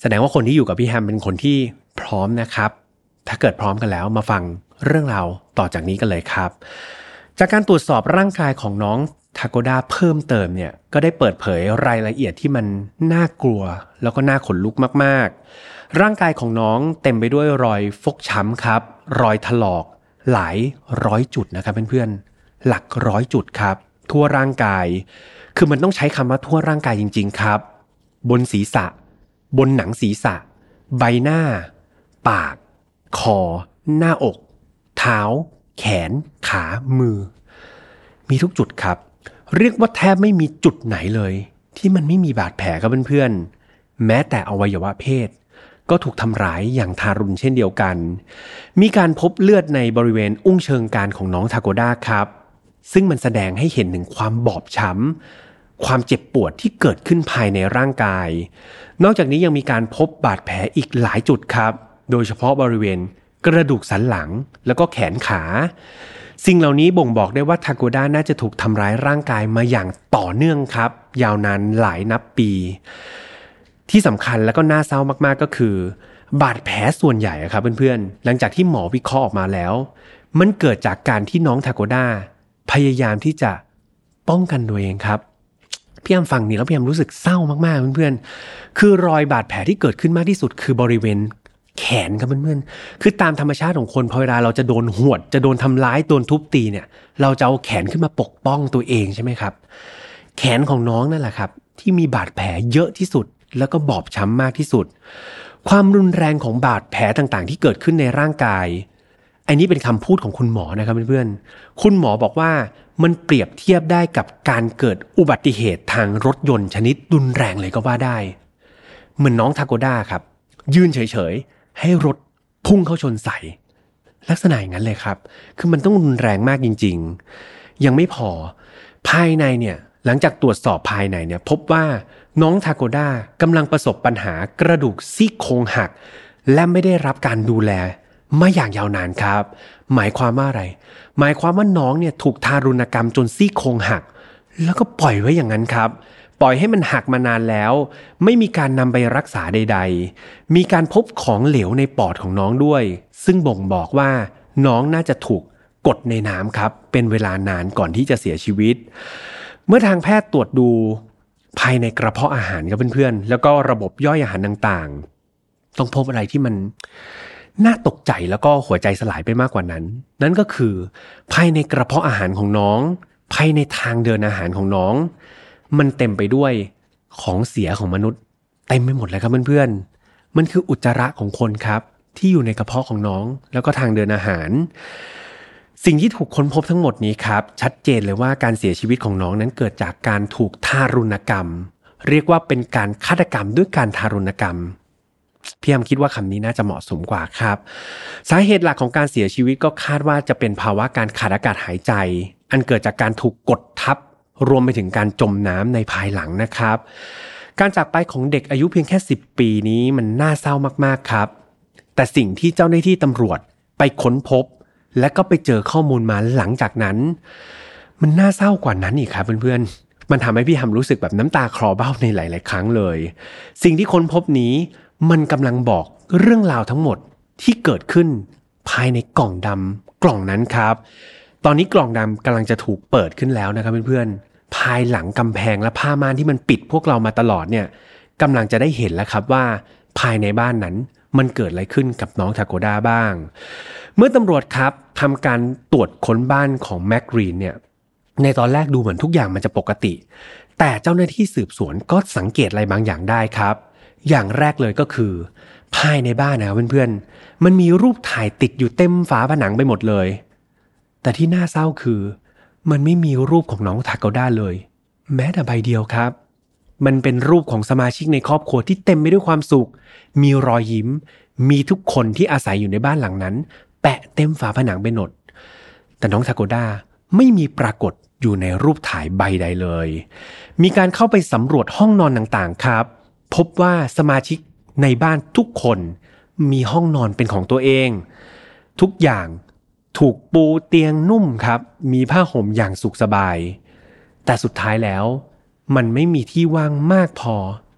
แสดงว่าคนที่อยู่กับพี่แฮมเป็นคนที่พร้อมนะครับถ้าเกิดพร้อมกันแล้วมาฟังเรื่องราวต่อจากนี้กันเลยครับจากการตรวจสอบร่างกายของน้องทาโกด้าเพิ่มเติมเนี่ยก็ได้เปิดเผยรายละเอียดที่มันน่ากลัวแล้วก็น่าขนลุกมากๆร่างกายของน้องเต็มไปด้วยรอยฟกช้ำครับรอยถลอกหลายร้อยจุดนะครับเพื่อนๆหลักร้อยจุดครับทั่วร่างกายคือมันต้องใช้คำว่าทั่วร่างกายจริงๆครับบนศีรษะบนหนังศีรษะใบหน้าปากคอหน้าอกเท้าแขนขามือมีทุกจุดครับเรียกว่าแทบไม่มีจุดไหนเลยที่มันไม่มีบาดแผลครับเพื่อนๆแม้แต่อวัยวะเพศก็ถูกทำร้ายอย่างทารุณเช่นเดียวกันมีการพบเลือดในบริเวณอุ้งเชิงกรานของน้องทาโกด้าครับซึ่งมันแสดงให้เห็นถึงความบอบช้ำความเจ็บปวดที่เกิดขึ้นภายในร่างกายนอกจากนี้ยังมีการพบบาดแผลอีกหลายจุดครับโดยเฉพาะบริเวณกระดูกสันหลังแล้วก็แขนขาสิ่งเหล่านี้บ่งบอกได้ว่าทาโกด้าน่าจะถูกทำร้ายร่างกายมาอย่างต่อเนื่องครับยาวนานหลายนับปีที่สำคัญแล้วก็น่าเศร้ามากๆก็คือบาดแผลส่วนใหญ่ครับเพื่อนๆหลังจากที่หมอวิเคราะห์ออกมาแล้วมันเกิดจากการที่น้องทาโกด้าพยายามที่จะป้องกันตัวเองครับพี่แอมฟังนี่แล้วพี่แอมรู้สึกเศร้ามากๆเพื่อนๆคือรอยบาดแผลที่เกิดขึ้นมากที่สุดคือบริเวณแขนครับเพื่อนๆคือตามธรรมชาติของคนพอเวลาเราจะโดนหวดจะโดนทำร้ายโดนทุบตีเนี่ยเราจะเอาแขนขึ้นมาปกป้องตัวเองใช่ไหมครับแขนของน้องนั่นแหละครับที่มีบาดแผลเยอะที่สุดแล้วก็บอบช้ำมากที่สุดความรุนแรงของบาดแผลต่างๆที่เกิดขึ้นในร่างกายอันนี้เป็นคำพูดของคุณหมอนะครับเพื่อนๆคุณหมอบอกว่ามันเปรียบเทียบได้กับการเกิดอุบัติเหตุทางรถยนต์ชนิดรุนแรงเลยก็ว่าได้เหมือนน้องทาโกด้าครับยืนเฉยๆให้รถพุ่งเข้าชนใส่ลักษณะอย่างนั้นเลยครับคือมันต้องรุนแรงมากจริงๆยังไม่พอภายในเนี่ยหลังจากตรวจสอบภายในเนี่ยพบว่าน้องทาโกด้ากำลังประสบปัญหากระดูกซี่โครงหักและไม่ได้รับการดูแลมาอย่างยาวนานครับหมายความว่าอะไรหมายความว่าน้องเนี่ยถูกทารุณกรรมจนซี่โครงหักแล้วก็ปล่อยไว้อย่างนั้นครับปล่อยให้มันหักมานานแล้วไม่มีการนำไปรักษาใดๆมีการพบของเหลวในปอดของน้องด้วยซึ่งบ่งบอกว่าน้องน่าจะถูกกดในน้ำครับเป็นเวลานานก่อนที่จะเสียชีวิตเมื่อทางแพทย์ตรวจดูภายในกระเพาะอาหารครับเพื่อนๆแล้วก็ระบบย่อยอาหารต่างๆต้องพบอะไรที่มันน่าตกใจแล้วก็หัวใจสลายไปมากกว่านั้นนั่นก็คือภายในกระเพาะอาหารของน้องภายในทางเดินอาหารของน้องมันเต็มไปด้วยของเสียของมนุษย์เต็มไปหมดเลยครับเพื่อนๆมันคืออุจจาระของคนครับที่อยู่ในกระเพาะของน้องแล้วก็ทางเดินอาหารสิ่งที่ถูกค้นพบทั้งหมดนี้ครับชัดเจนเลยว่าการเสียชีวิตของน้องนั้นเกิดจากการถูกทารุณกรรมเรียกว่าเป็นการฆาตกรรมด้วยการทารุณกรรมพี่แอมคิดว่าคำนี้น่าจะเหมาะสมกว่าครับสาเหตุหลักของการเสียชีวิตก็คาดว่าจะเป็นภาวะการขาดอากาศหายใจอันเกิดจากการถูกกดทับรวมไปถึงการจมน้ำในภายหลังนะครับการจากไปของเด็กอายุเพียงแค่10 ปีนี้มันน่าเศร้ามากๆครับแต่สิ่งที่เจ้าหน้าที่ตำรวจไปค้นพบและก็ไปเจอข้อมูลมาหลังจากนั้นมันน่าเศร้ากว่านั้นอีกครับเพื่อนๆมันทำให้พี่แฮมรู้สึกแบบน้ำตาคลอเบ้าในหลายๆครั้งเลยสิ่งที่ค้นพบนี้มันกำลังบอกเรื่องราวทั้งหมดที่เกิดขึ้นภายในกล่องดำกล่องนั้นครับตอนนี้กล่องดำกำลังจะถูกเปิดขึ้นแล้วนะครับเพื่อนๆภายหลังกำแพงและผ้าม่านที่มันปิดพวกเรามาตลอดเนี่ยกำลังจะได้เห็นแล้วครับว่าภายในบ้านนั้นมันเกิดอะไรขึ้นกับน้องทาโกด้าบ้างเมื่อตำรวจครับทำการตรวจค้นบ้านของแม็กกรีนเนี่ยในตอนแรกดูเหมือนทุกอย่างมันจะปกติแต่เจ้าหน้าที่สืบสวนก็สังเกตอะไรบางอย่างได้ครับอย่างแรกเลยก็คือภายในบ้านนะเพื่อนๆมันมีรูปถ่ายติดอยู่เต็มฝาผนังไปหมดเลยแต่ที่น่าเศร้าคือมันไม่มีรูปของน้องทาโกด้าเลยแม้แต่ใบเดียวครับมันเป็นรูปของสมาชิกในครอบครัวที่เต็มไปด้วยความสุขมีรอยยิ้มมีทุกคนที่อาศัยอยู่ในบ้านหลังนั้นแปะเต็มฝาผนังไปหมดแต่น้องทาโกด้าไม่มีปรากฏอยู่ในรูปถ่ายใบใดเลยมีการเข้าไปสำรวจห้องนอนต่างๆครับพบว่าสมาชิกในบ้านทุกคนมีห้องนอนเป็นของตัวเองทุกอย่างถูกปูเตียงนุ่มครับมีผ้าห่มอย่างสุขสบายแต่สุดท้ายแล้วมันไม่มีที่ว่างมากพอ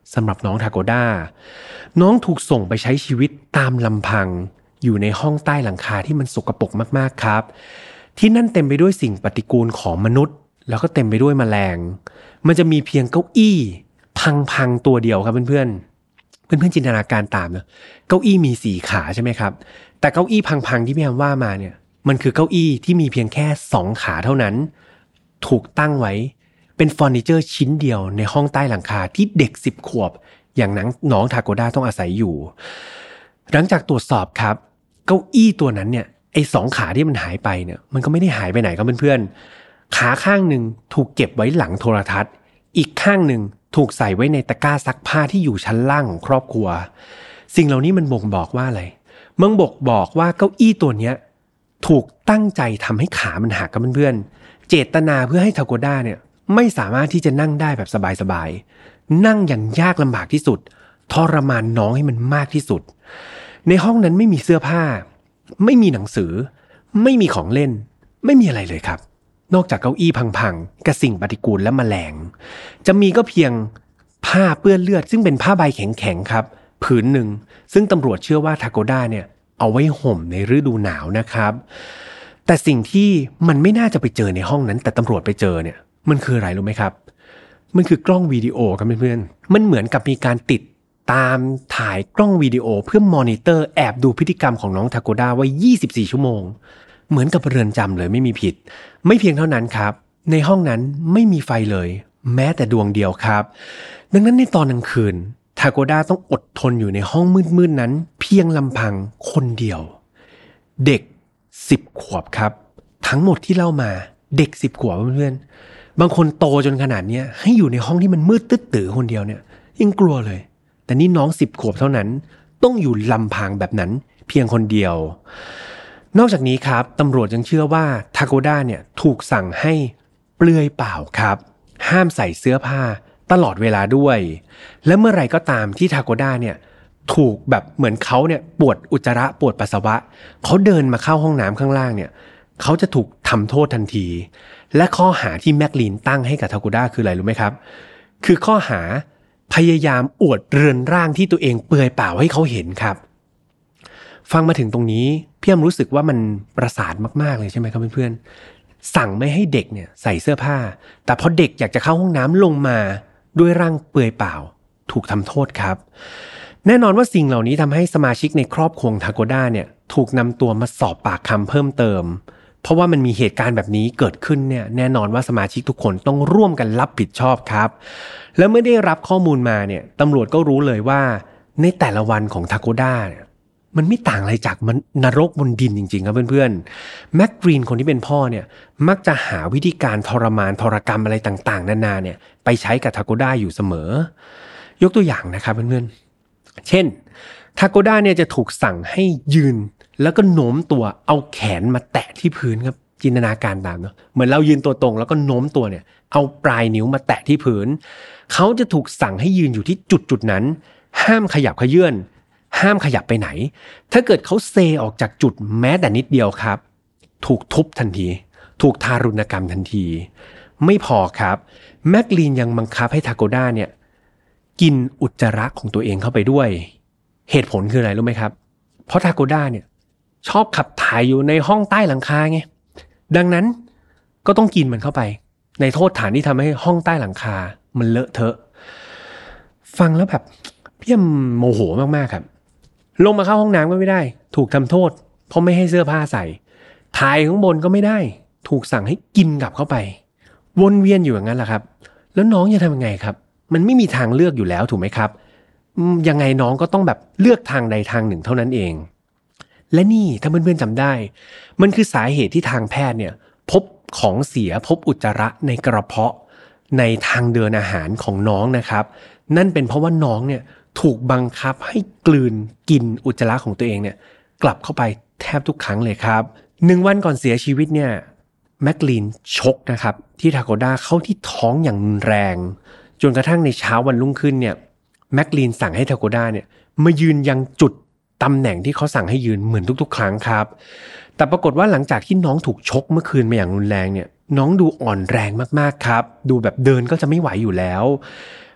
สำหรับน้องทาโกด้าน้องถูกส่งไปใช้ชีวิตตามลำพังอยู่ในห้องใต้หลังคาที่มันสกปรกมากๆครับที่นั่นเต็มไปด้วยสิ่งปฏิกูลของมนุษย์แล้วก็เต็มไปด้วยแมลงมันจะมีเพียงเก้าอี้พังๆตัวเดียวครับเพื่อนๆจินตนาการตามนะเก้าอี้มี4ขาใช่ไหมครับแต่เก้าอี้พังๆที่พี่แอมว่ามาเนี่ยมันคือเก้าอี้ที่มีเพียงแค่2ขาเท่านั้นถูกตั้งไว้เป็นเฟอร์นิเจอร์ชิ้นเดียวในห้องใต้หลังคาที่เด็ก10 ขวบอย่างน้องทาโกด้าต้องอาศัยอยู่หลังจากตรวจสอบครับเก้าอี้ตัวนั้นเนี่ยไอ้2ขาที่มันหายไปเนี่ยมันก็ไม่ได้หายไปไหนครับเพื่อนๆขาข้างหนึ่งถูกเก็บไว้หลังโทรทัศน์อีกข้างหนึ่งถูกใส่ไว้ในตะกร้าซักผ้าที่อยู่ชั้นล่างของครอบครัวสิ่งเหล่านี้มันบ่งบอกว่าอะไรมันบอกว่าเก้าอี้ตัวเนี้ยถูกตั้งใจทำให้ขามันหักกับเพื่อนๆเจตนาเพื่อให้ทาโกด้าเนี่ยไม่สามารถที่จะนั่งได้แบบสบายๆนั่งอย่างยากลำบากที่สุดทรมานน้องให้มันมากที่สุดในห้องนั้นไม่มีเสื้อผ้าไม่มีหนังสือไม่มีของเล่นไม่มีอะไรเลยครับนอกจากเก้าอี้พังๆกับสิ่งปฏิกูลและแมลงจะมีก็เพียงผ้าเปื้อนเลือดซึ่งเป็นผ้าใบแข็งๆครับผืนหนึ่งซึ่งตำรวจเชื่อว่าทาโกด้าเนี่ยเอาไว้ห่มในฤดูหนาวนะครับแต่สิ่งที่มันไม่น่าจะไปเจอในห้องนั้นแต่ตำรวจไปเจอเนี่ยมันคืออะไรรู้ไหมครับมันคือกล้องวิดีโอครับเพื่อนๆมันเหมือนกับมีการติดตามถ่ายกล้องวิดีโอเพื่อมอนิเตอร์แอบดูพฤติกรรมของน้องทาโกด้าไว้24 ชั่วโมงเหมือนกับเรือนจำเลยไม่มีผิดไม่เพียงเท่านั้นครับในห้องนั้นไม่มีไฟเลยแม้แต่ดวงเดียวครับดังนั้นในตอนกลางคืนทาโกด้าต้องอดทนอยู่ในห้องมืดๆนั้นเพียงลำพังคนเดียวเด็ก10 ขวบครับทั้งหมดที่เล่ามาเด็ก10 ขวบเพื่อนๆบางคนโตจนขนาดนี้ให้อยู่ในห้องที่มันมืดตึ๊ดตื้อคนเดียวเนี่ยยังกลัวเลยแต่นี่น้อง10 ขวบเท่านั้นต้องอยู่ลำพังแบบนั้นเพียงคนเดียวนอกจากนี้ครับตำรวจยังเชื่อว่าทาโกด้าเนี่ยถูกสั่งให้เปลือยเปล่าครับห้ามใส่เสื้อผ้าตลอดเวลาด้วยและเมื่อไหร่ก็ตามที่ทาโกด้าเนี่ยถูกแบบเหมือนเขาเนี่ยปวดอุจจาระปวดปัสสาวะเขาเดินมาเข้าห้องน้ำข้างล่างเนี่ยเขาจะถูกทำโทษทันทีและข้อหาที่แมคลีนตั้งให้กับทาโกด้าคืออะไรรู้ไหมครับคือข้อหาพยายามอวดเรือนร่างที่ตัวเองเปลือยเปล่าให้เขาเห็นครับฟังมาถึงตรงนี้พี่อ้ำรู้สึกว่ามันประสาทมากๆเลยใช่ไหมครับเพื่อนๆสั่งไม่ให้เด็กเนี่ยใส่เสื้อผ้าแต่พอเด็กอยากจะเข้าห้องน้ำลงมาด้วยร่างเปลือยเปล่าถูกทำโทษครับแน่นอนว่าสิ่งเหล่านี้ทำให้สมาชิกในครอบครัวทาโกด้าเนี่ยถูกนำตัวมาสอบปากคำเพิ่มเติมเพราะว่ามันมีเหตุการณ์แบบนี้เกิดขึ้นเนี่ยแน่นอนว่าสมาชิกทุกคนต้องร่วมกันรับผิดชอบครับแล้วเมื่อได้รับข้อมูลมาเนี่ยตำรวจก็รู้เลยว่าในแต่ละวันของทาโกด้าเนี่ยมันไม่ต่างอะไรจากนรกบนดินจริงๆครับเพื่อนๆแม็กกรีนคนที่เป็นพ่อเนี่ยมักจะหาวิธีการทรมานทรกรรมอะไรต่างๆนานาเนี่ยไปใช้กับทาโกด้าอยู่เสมอยกตัวอย่างนะครับเพื่อนๆเช่นทาโกด้าเนี่ยจะถูกสั่งให้ยืนแล้วก็โน้มตัวเอาแขนมาแตะที่พื้นครับจินตนาการตามเนาะเหมือนเรายืนตัวตรงแล้วก็โน้มตัวเนี่ยเอาปลายนิ้วมาแตะที่พื้นเขาจะถูกสั่งให้ยืนอยู่ที่จุดนั้นห้ามขยับเขยื้อนห้ามขยับไปไหนถ้าเกิดเขาเซออกจากจุดแม้แต่นิดเดียวครับถูกทุบทันทีถูกทารุณกรรมทันทีไม่พอครับแมคลีนยังบังคับให้ทาโกด้าเนี่ยกินอุจจาระของตัวเองเข้าไปด้วยเหตุผลคืออะไรรู้ไหมครับเพราะทาโกด้าเนี่ยชอบขับถ่ายอยู่ในห้องใต้หลังคาไงดังนั้นก็ต้องกินมันเข้าไปในโทษฐานที่ทำให้ห้องใต้หลังคามันเลอะเทอะฟังแล้วแบบพี่โมโหมากๆครับลงมาเข้าห้องน้ำก็ไม่ได้ถูกทำโทษเพราะไม่ให้เสื้อผ้าใส่ถ่ายข้างบนก็ไม่ได้ถูกสั่งให้กินกลับเข้าไปวนเวียนอยู่อย่างนั้นแหละครับแล้วน้องจะทำยังไงครับมันไม่มีทางเลือกอยู่แล้วถูกไหมครับยังไงน้องก็ต้องแบบเลือกทางใดทางหนึ่งเท่านั้นเองและนี่ถ้าเพื่อนๆจำได้มันคือสาเหตุที่ทางแพทย์เนี่ยพบของเสียพบอุจจาระในกระเพาะในทางเดินอาหารของน้องนะครับนั่นเป็นเพราะว่าน้องเนี่ยถูกบังคับให้กลืนกินอุจจาระของตัวเองเนี่ยกลับเข้าไปแทบทุกครั้งเลยครับ1 วันก่อนเสียชีวิตเนี่ยแมคลีนชกนะครับที่ทาโกด้าเข้าที่ท้องอย่างแรงจนกระทั่งในเช้าวันรุ่งขึ้นเนี่ยแมคลีนสั่งให้ทาโกด้าเนี่ยมายืนยังจุดตำแหน่งที่เขาสั่งให้ยืนเหมือนทุกๆครั้งครับแต่ปรากฏว่าหลังจากที่น้องถูกชกเมื่อคืนมาอย่างรุนแรงเนี่ยน้องดูอ่อนแรงมากๆครับดูแบบเดินก็จะไม่ไหวอยู่แล้ว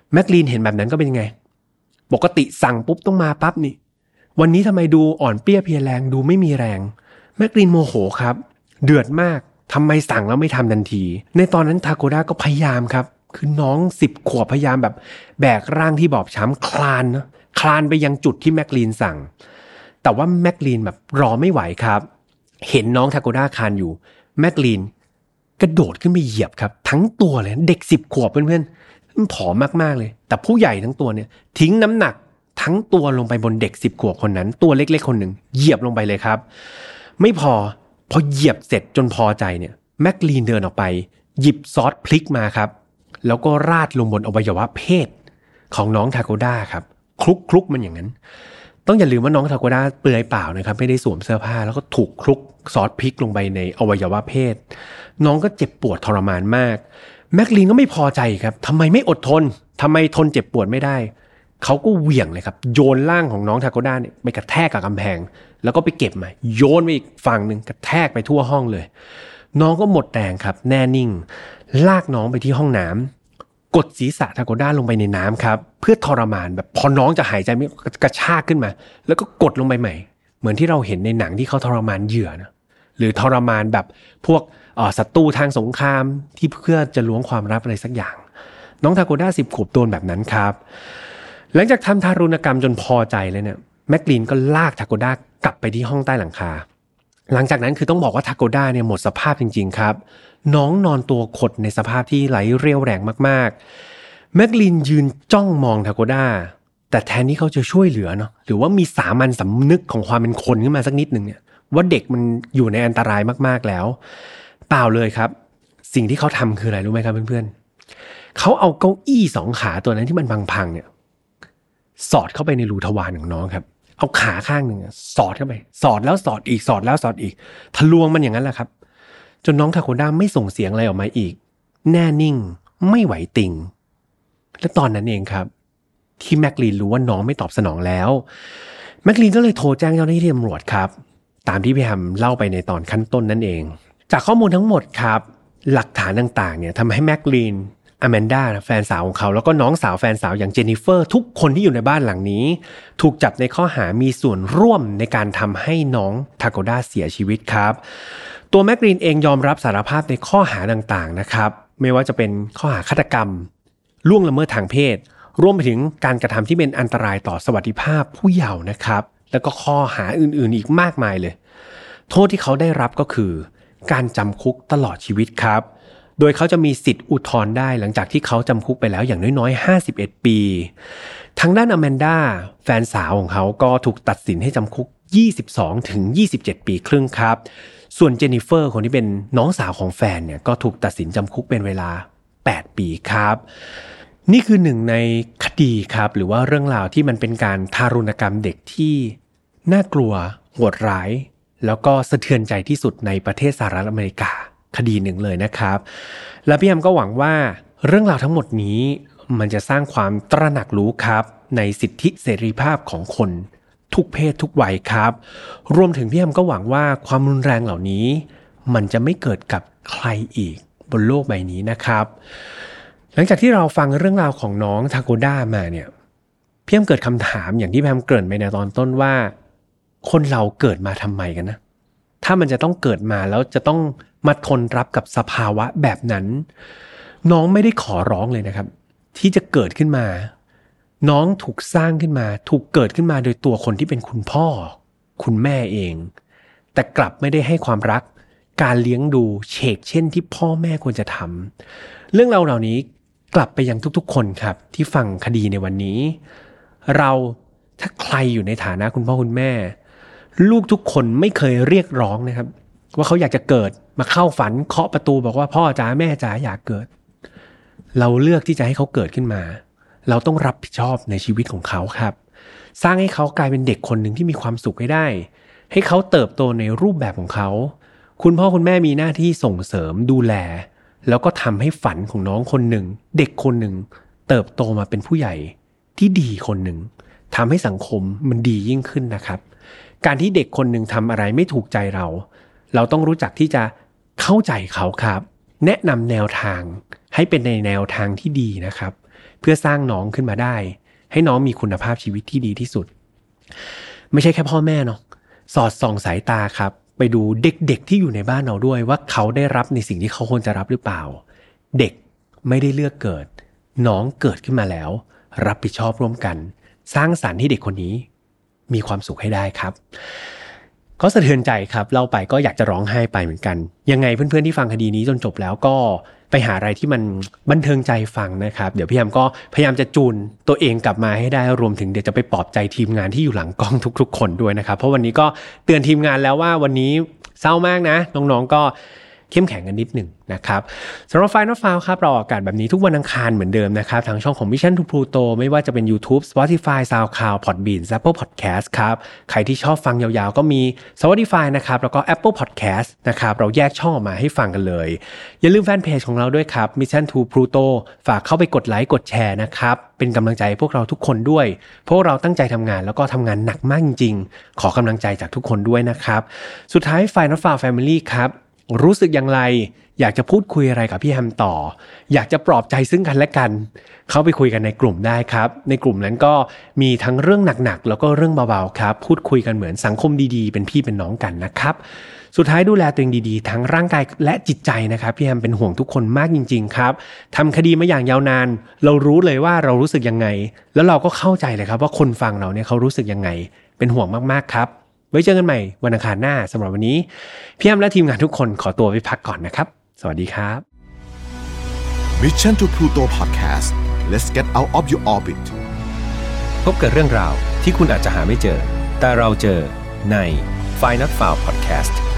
แมคลีนเห็นแบบนั้นก็เป็นยังไงปกติสั่งปุ๊บต้องมาปั๊บนี่วันนี้ทำไมดูอ่อนเปรี้ยเพลียแรงดูไม่มีแรงแมคลีนโมโหครับเดือดมากทำไมสั่งแล้วไม่ทำทันทีในตอนนั้นทาโกด้าก็พยายามครับคือน้อง10 ขวบพยายามแบบแบกร่างที่บอบช้ำคลานไปยังจุดที่แมคลีนสั่งแต่ว่าแมคลีนแบบรอไม่ไหวครับเห็นน้องทาโกด้าคลานอยู่แมคลีนกระโดดขึ้นไปเหยียบครับทั้งตัวเลยเด็ก10 ขวบเพื่อนๆผอมมากๆเลยแต่ผู้ใหญ่ทั้งตัวเนี่ยทิ้งน้ำหนักทั้งตัวลงไปบนเด็ก10 ขวบคนนั้นตัวเล็กๆคนหนึ่งเหยียบลงไปเลยครับไม่พอเหยียบเสร็จจนพอใจเนี่ยแมคลีนเดินออกไปหยิบซอสพริกมาครับแล้วก็ราดลงบนอวัยวะเพศของน้องทาโกด้าครับคลุกมันอย่างนั้นต้องอย่าลืมว่าน้องทาโกด้าเปลือยเปล่านะครับไม่ได้สวมเสื้อผ้าแล้วก็ถูกคลุกซอสพริกลงไปในอวัยวะเพศน้องก็เจ็บปวดทรมานมากแมคลีนก็ไม่พอใจครับทำไมไม่อดทนทำไมทนเจ็บปวดไม่ได้เขาก็เหวี่ยงเลยครับโยนร่างของน้องทาโกด้าเนี่ยไปกระแทกกับกำแพงแล้วก็ไปเก็บมาโยนไปอีกฝั่งนึงกระแทกไปทั่วห้องเลยน้องก็หมดแรงครับแน่นิ่งลากน้องไปที่ห้องน้ำกดศีรษะทาโกด้าลงไปในน้ำครับเพื่อทรมานแบบพอน้องจะหายใจไม่กระชากขึ้นมาแล้วก็กดลงไปใหม่เหมือนที่เราเห็นในหนังที่เขาทรมานเหยื่อนะหรือทรมานแบบพวกศัตรูทางสงครามที่เพื่อจะล้วงความลับอะไรสักอย่างน้องทาโกด้า10 ขวบโดนแบบนั้นครับหลังจากทำทารุณกรรมจนพอใจเลยเนี่ยแมคลีนก็ลากทาโกด้ากลับไปที่ห้องใต้หลังคาหลังจากนั้นคือต้องบอกว่าทาโกด้าเนี่ยหมดสภาพจริงๆครับน้องนอนตัวขดในสภาพที่ไหลเรี่ยวแรงมากๆแมคลีนยืนจ้องมองทาโกด้าแต่แทนที่เขาจะช่วยเหลือเนาะหรือว่ามีสามัญสำนึกของความเป็นคนขึ้นมาสักนิดนึงเนี่ยว่าเด็กมันอยู่ในอันตรายมากๆแล้วเปล่าเลยครับสิ่งที่เขาทำคืออะไรรู้ไหมครับเพื่อนๆเขาเอาเก้าอี้2 ขาตัวนั้นที่มันพังๆเนี่ยสอดเข้าไปในรูทวารของน้องครับเอาขาข้างหนึ่งสอดเข้าไปสอดแล้วสอดอีกสอดแล้วสอดอีกทะลวงมันอย่างนั้นแหละครับจนน้องทาโกด้าไม่ส่งเสียงอะไรออกมาอีกแน่นิ่งไม่ไหวติงและตอนนั้นเองครับที่แมคลีนรู้ว่าน้องไม่ตอบสนองแล้วแมคลีนก็เลยโทรแจ้งเจ้าหน้าที่ตำรวจครับตามที่พี่แฮมเล่าไปในตอนขั้นต้นนั่นเองจากข้อมูลทั้งหมดครับหลักฐานต่างๆเนี่ยทำให้แมคลีนอแมนดาแฟนสาวของเขาแล้วก็น้องสาวแฟนสาวอย่างเจนนิเฟอร์ทุกคนที่อยู่ในบ้านหลังนี้ถูกจับในข้อหามีส่วนร่วมในการทำให้น้องทาโกด้าเสียชีวิตครับตัวแมคลีนเองยอมรับสารภาพในข้อหาต่างๆนะครับไม่ว่าจะเป็นข้อหาฆาตกรรมล่วงละเมิดทางเพศรวมไปถึงการกระทำที่เป็นอันตรายต่อสวัสดิภาพผู้เยาว์นะครับแล้วก็ข้อหาอื่นๆอีกมากมายเลยโทษที่เขาได้รับก็คือการจำคุกตลอดชีวิตครับโดยเขาจะมีสิทธิ์อุทธรณ์ได้หลังจากที่เขาจำคุกไปแล้วอย่างน้อยๆ51 ปีทางด้านอแมนดาแฟนสาวของเขาก็ถูกตัดสินให้จำคุก22 ถึง 27 ปีครึ่งครับส่วนเจนนิเฟอร์คนที่เป็นน้องสาวของแฟนเนี่ยก็ถูกตัดสินจำคุกเป็นเวลา8 ปีครับนี่คือหนึ่งในคดีครับหรือว่าเรื่องราวที่มันเป็นการทารุณกรรมเด็กที่น่ากลัวโหดร้ายแล้วก็สะเทือนใจที่สุดในประเทศสหรัฐอเมริกาคดีหนึ่งเลยนะครับและพี่แอมก็หวังว่าเรื่องราวทั้งหมดนี้มันจะสร้างความตระหนักรู้ครับในสิทธิเสรีภาพของคนทุกเพศทุกวัยครับรวมถึงพี่แอมก็หวังว่าความรุนแรงเหล่านี้มันจะไม่เกิดกับใครอีกบนโลกใบนี้นะครับหลังจากที่เราฟังเรื่องราวของน้องทาโกด้ามาเนี่ยพี่แอมเกิดคำถามอย่างที่พี่แอมเกริ่นไปในตอนต้นว่าคนเราเกิดมาทำไมกันนะถ้ามันจะต้องเกิดมาแล้วจะต้องมาทนรับกับสภาวะแบบนั้นน้องไม่ได้ขอร้องเลยนะครับที่จะเกิดขึ้นมาน้องถูกสร้างขึ้นมาถูกเกิดขึ้นมาโดยตัวคนที่เป็นคุณพ่อคุณแม่เองแต่กลับไม่ได้ให้ความรักการเลี้ยงดูเฉกเช่นที่พ่อแม่ควรจะทำเรื่องราวเหล่านี้กลับไปยังทุกๆคนครับที่ฟังคดีในวันนี้เราถ้าใครอยู่ในฐานะคุณพ่อคุณแม่ลูกทุกคนไม่เคยเรียกร้องนะครับว่าเขาอยากจะเกิดมาเข้าฝันเคาะประตูบอกว่าพ่อจ๋าแม่จ๋าอยากเกิดเราเลือกที่จะให้เขาเกิดขึ้นมาเราต้องรับผิดชอบในชีวิตของเขาครับสร้างให้เขากลายเป็นเด็กคนหนึ่งที่มีความสุขให้ได้ให้เขาเติบโตในรูปแบบของเขาคุณพ่อคุณแม่มีหน้าที่ส่งเสริมดูแลแล้วก็ทำให้ฝันของน้องคนหนึ่งเด็กคนหนึ่งเติบโตมาเป็นผู้ใหญ่ที่ดีคนหนึ่งทำให้สังคมมันดียิ่งขึ้นนะครับการที่เด็กคนหนึ่งทำอะไรไม่ถูกใจเราต้องรู้จักที่จะเข้าใจเขาครับแนะนำแนวทางให้เป็นในแนวทางที่ดีนะครับเพื่อสร้างน้องขึ้นมาได้ให้น้องมีคุณภาพชีวิตที่ดีที่สุดไม่ใช่แค่พ่อแม่เนาะสอดส่องสายตาครับไปดูเด็กๆที่อยู่ในบ้านเราด้วยว่าเขาได้รับในสิ่งที่เขาควรจะรับหรือเปล่าเด็กไม่ได้เลือกเกิดน้องเกิดขึ้นมาแล้วรับผิดชอบร่วมกันสร้างสรรค์ให้เด็กคนนี้มีความสุขให้ได้ครับก็สะเทือนใจครับเล่าไปก็อยากจะร้องไห้ไปเหมือนกันยังไงเพื่อนๆที่ฟังคดีนี้จนจบแล้วก็ไปหาอะไรที่มันบันเทิงใจฟังนะครับเดี๋ยวพี่แฮมก็พยายามจะจูนตัวเองกลับมาให้ได้รวมถึงเดี๋ยวจะไปปลอบใจทีมงานที่อยู่หลังกล้องทุกๆคนด้วยนะครับเพราะวันนี้ก็เตือนทีมงานแล้วว่าวันนี้เศร้ามากนะน้องๆก็เข้มแข็งกันนิดหนึ่งนะครับสำหรับ Final File ครับเราออกอากาศแบบนี้ทุกวันอังคารเหมือนเดิมนะครับทางช่องของ Mission to Pluto ไม่ว่าจะเป็น YouTube Spotify SoundCloud Podbean Apple Podcast ครับใครที่ชอบฟังยาวๆก็มี Spotify นะครับแล้วก็ Apple Podcast นะครับเราแยกช่องออกมาให้ฟังกันเลยอย่าลืมแฟนเพจของเราด้วยครับ Mission to Pluto ฝากเข้าไปกดไลค์กดแชร์นะครับเป็นกำลังใจให้พวกเราทุกคนด้วยพวกเราตั้งใจทำงานแล้วก็ทำงานหนักมากจริงๆขอกำลังใจจากทุกคนด้วยนะครับสุดท้าย Final File Family ครับรู้สึกอย่างไรอยากจะพูดคุยอะไรกับพี่แฮมต่ออยากจะปลอบใจซึ่งกันและกันเข้าไปคุยกันในกลุ่มได้ครับในกลุ่มนั้นก็มีทั้งเรื่องหนักๆแล้วก็เรื่องเบาๆครับพูดคุยกันเหมือนสังคมดีๆเป็นพี่เป็นน้องกันนะครับสุดท้ายดูแลตัวเองดีๆทั้งร่างกายและจิตใจนะครับพี่แฮมเป็นห่วงทุกคนมากจริงๆครับทำคดีมาอย่างยาวนานเรารู้เลยว่าเรารู้สึกยังไงแล้วเราก็เข้าใจเลยครับว่าคนฟังเราเนี่ยเขารู้สึกยังไงเป็นห่วงมากๆครับไว้เจอกันใหม่วันอังคารหน้าสำหรับวันนี้พี่แฮมและทีมงานทุกคนขอตัวไปพักก่อนนะครับสวัสดีครับ Mission to Pluto Podcast Let's get out of your orbit พบกับเรื่องราวที่คุณอาจจะหาไม่เจอแต่เราเจอใน Final File Podcast